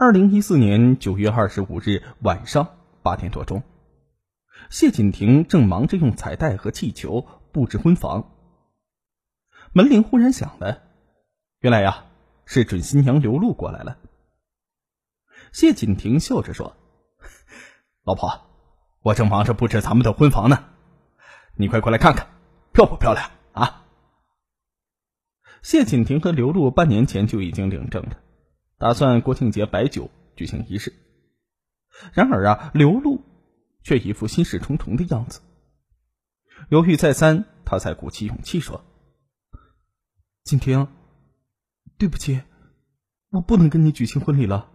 2014年9月25日晚上8点多钟，谢锦婷正忙着用彩带和气球布置婚房，门铃忽然响了，原来呀，是准新娘刘露过来了。谢锦婷笑着说：“老婆，我正忙着布置咱们的婚房呢，你快过来看看，漂不漂亮啊？”谢锦婷和刘露半年前就已经领证了，打算国庆节摆酒举行仪式。然而啊，刘露却一副心事重重的样子。犹豫再三，他才鼓起勇气说：“锦婷，对不起，我不能跟你举行婚礼了。”“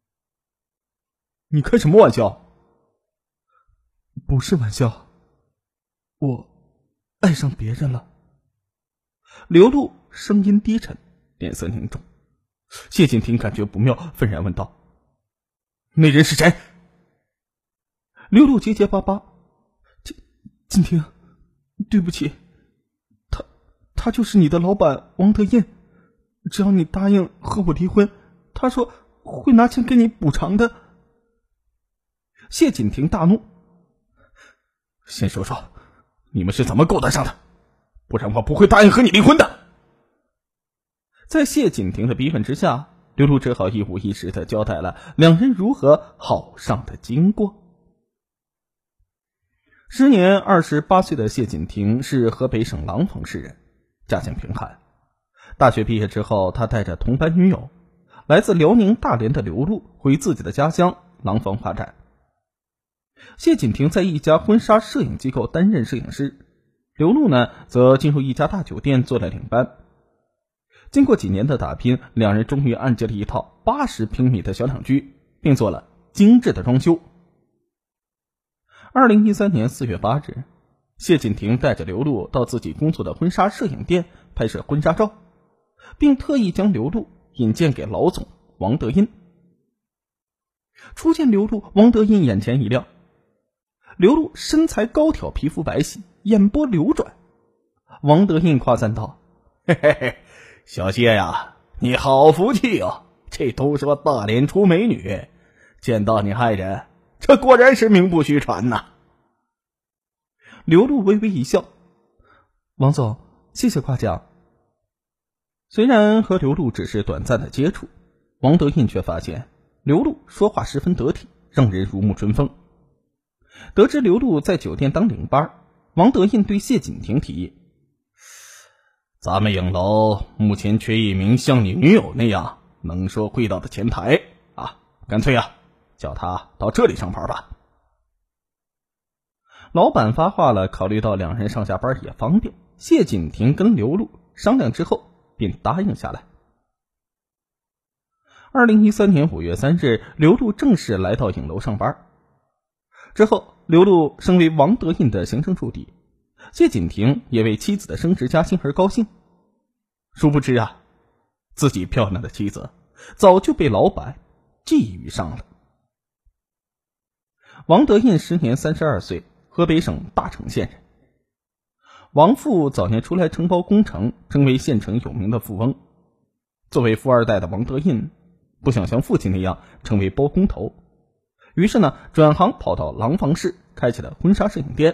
你开什么玩笑？”“不是玩笑，我爱上别人了。”刘露声音低沉，脸色凝重。谢锦婷感觉不妙，愤然问道：“那人是谁？”刘露结结巴巴：“锦婷，对不起，他就是你的老板王德印，只要你答应和我离婚，他说会拿钱给你补偿的。”谢锦婷大怒：“先说说你们是怎么勾搭上的，不然我不会答应和你离婚的。”在谢锦婷的逼问之下，刘露只好一五一十地交代了两人如何好上的经过。时年28岁的谢锦婷是河北省廊坊市人，家境贫寒。大学毕业之后，他带着同班女友来自辽宁大连的刘露回自己的家乡廊坊发展。谢锦婷在一家婚纱摄影机构担任摄影师，刘露呢则进入一家大酒店做了领班。经过几年的打拼，两人终于按揭了一套80平米的小两居，并做了精致的装修。2013年4月8日，谢锦婷带着刘露到自己工作的婚纱摄影店拍摄婚纱照，并特意将刘露引荐给老总王德印。初见刘露，王德印眼前一亮。刘露身材高挑，皮肤白皙，眼波流转。王德印夸赞道：“嘿嘿嘿，小谢呀，你好福气哦！这都说大连出美女，见到你爱人，这果然是名不虚传呐。”刘露微微一笑：“王总，谢谢夸奖。”虽然和刘露只是短暂的接触，王德印却发现刘露说话十分得体，让人如沐春风。得知刘露在酒店当领班，王德印对谢锦婷提议：“咱们影楼目前缺一名像你女友那样能说会道的前台啊，干脆啊，叫他到这里上班吧。”老板发话了，考虑到两人上下班也方便，谢锦婷跟刘露商量之后便答应下来。2013年5月3日，刘露正式来到影楼上班。之后，刘露升为王德印的行政助理，谢锦婷也为妻子的升职加薪而高兴。殊不知啊，自己漂亮的妻子早就被老板觊觎上了。王德印时年32岁，河北省大城县人。王父早年出来承包工程，成为县城有名的富翁。作为富二代的王德印不想像父亲那样成为包工头，于是呢，转行跑到廊坊市开启了婚纱摄影店。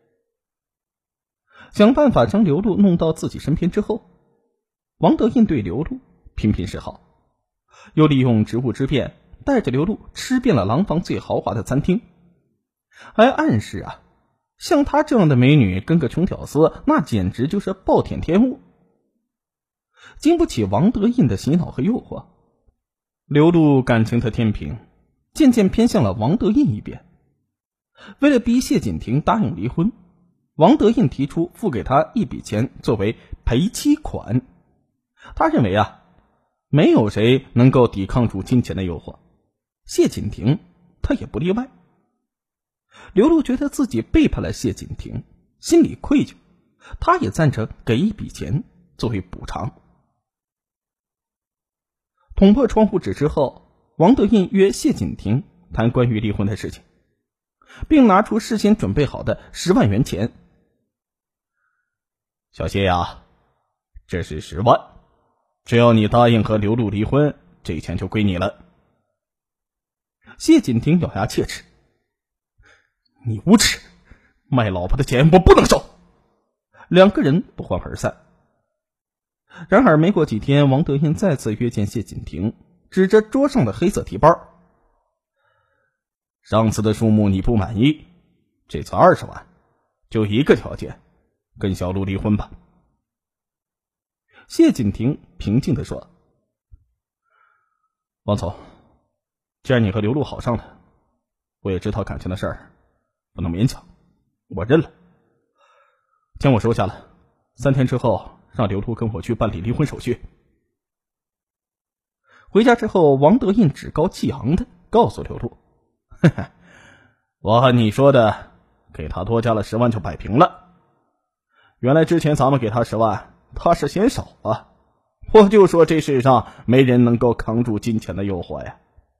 想办法将刘露弄到自己身边之后，王德印对刘露频频示好，又利用职务之便带着刘露吃遍了廊坊最豪华的餐厅，还暗示啊，像她这样的美女跟个穷屌丝，那简直就是暴殄天物。经不起王德印的洗脑和诱惑，刘露感情的天平渐渐偏向了王德印一边。为了逼谢锦婷答应离婚，王德印提出付给他一笔钱作为赔妻款。他认为啊，没有谁能够抵抗住金钱的诱惑，谢锦婷他也不例外。刘露觉得自己背叛了谢锦婷，心里愧疚，他也赞成给一笔钱作为补偿。捅破窗户纸之后，王德印约谢锦婷谈关于离婚的事情，并拿出事先准备好的10万元钱。“小谢呀，这是10万，只要你答应和刘露离婚，这钱就归你了。 谢锦亭咬牙切齿：“你无耻！卖老婆的钱我不能收！”两个人不欢而散。然而没过几天，王德印再次约见谢锦亭，指着桌上的黑色提包：“上次的数目你不满意，这次20万，就一个条件，跟小陆离婚吧。”谢锦亭平静地说：“王总，既然你和刘露好上了，我也知道感情的事儿不能勉强，我认了。钱我收下了，3天之后让刘露跟我去办理离婚手续。”回家之后，王德印趾高气昂的告诉刘露：“呵呵，我和你说的，给他多加了10万就摆平了。原来之前咱们给他10万，他是嫌少啊。我就说这世上没人能够扛住金钱的诱惑呀。”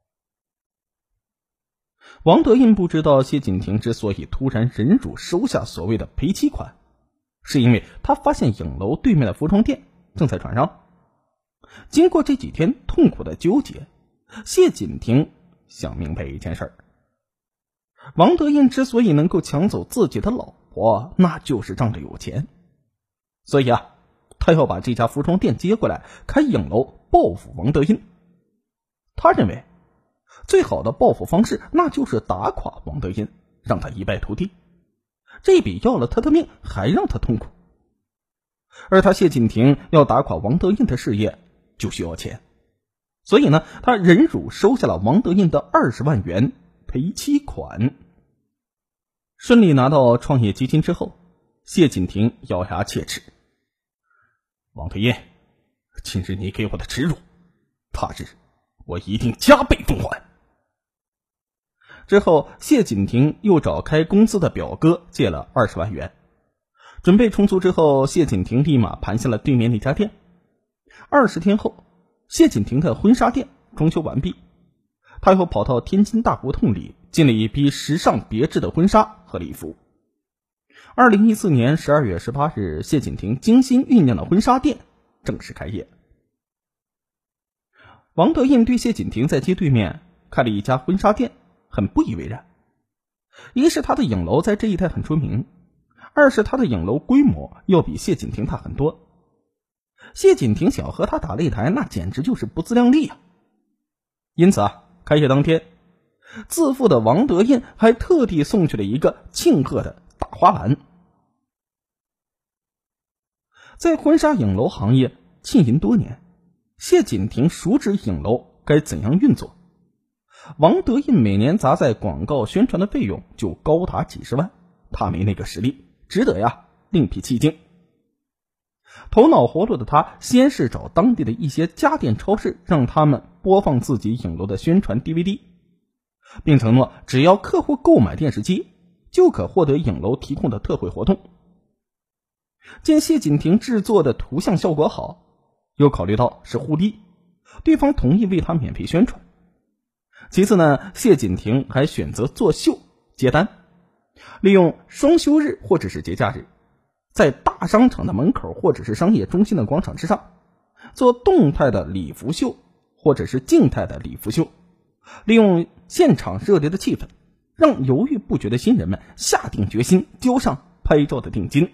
王德印不知道谢锦亭之所以突然忍辱收下所谓的赔妻款，是因为他发现影楼对面的服装店正在转让。经过这几天痛苦的纠结，谢锦亭想明白一件事：王德印之所以能够抢走自己的老婆，那就是仗着有钱。所以他要把这家服装店接过来，开影楼报复王德印。他认为最好的报复方式，那就是打垮王德印，让他一败涂地，这比要了他的命还让他痛苦。而他谢锦亭要打垮王德印的事业就需要钱，所以呢，他忍辱收下了王德印的20万元赔妻款。顺利拿到创业基金之后，谢锦亭咬牙切齿：“王德印，今日你给我的耻辱，他日我一定加倍奉还。”之后，谢锦亭又找开公司的表哥借了20万元，准备充足之后，谢锦亭立马盘下了对面那家店。20天后，谢锦亭的婚纱店装修完毕，他又跑到天津大胡同里进了一批时尚别致的婚纱和礼服。2014年12月18日，谢锦亭精心酝酿的婚纱店正式开业。王德印对谢锦亭在街对面开了一家婚纱店很不以为然，一是他的影楼在这一带很出名，二是他的影楼规模要比谢锦亭大很多。谢锦亭想和他打擂台，那简直就是不自量力啊！因此开业当天，自负的王德印还特地送去了一个庆贺的大花篮。在婚纱影楼行业浸淫多年，谢锦亭熟知影楼该怎样运作。王德印每年砸在广告宣传的费用就高达几十万，他没那个实力，只得另辟蹊径。头脑活络的他，先是找当地的一些家电超市，让他们播放自己影楼的宣传 DVD， 并承诺只要客户购买电视机，就可获得影楼提供的特惠活动。见谢锦亭制作的图像效果好，又考虑到是互利，对方同意为他免费宣传。其次呢，谢锦亭还选择做秀接单，利用双休日或者是节假日，在大商场的门口或者是商业中心的广场之上做动态的礼服秀或者是静态的礼服秀，利用现场热烈的气氛，让犹豫不决的新人们下定决心交上拍照的定金。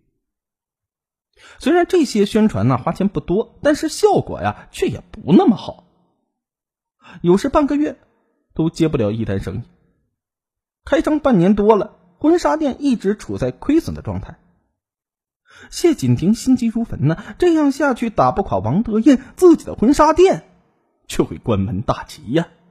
虽然这些宣传花钱不多，但是效果却也不那么好，有时半个月都接不了一单生意。开张半年多了，婚纱店一直处在亏损的状态。谢锦亭心急如焚这样下去打不垮王德印，自己的婚纱店却会关门大吉呀。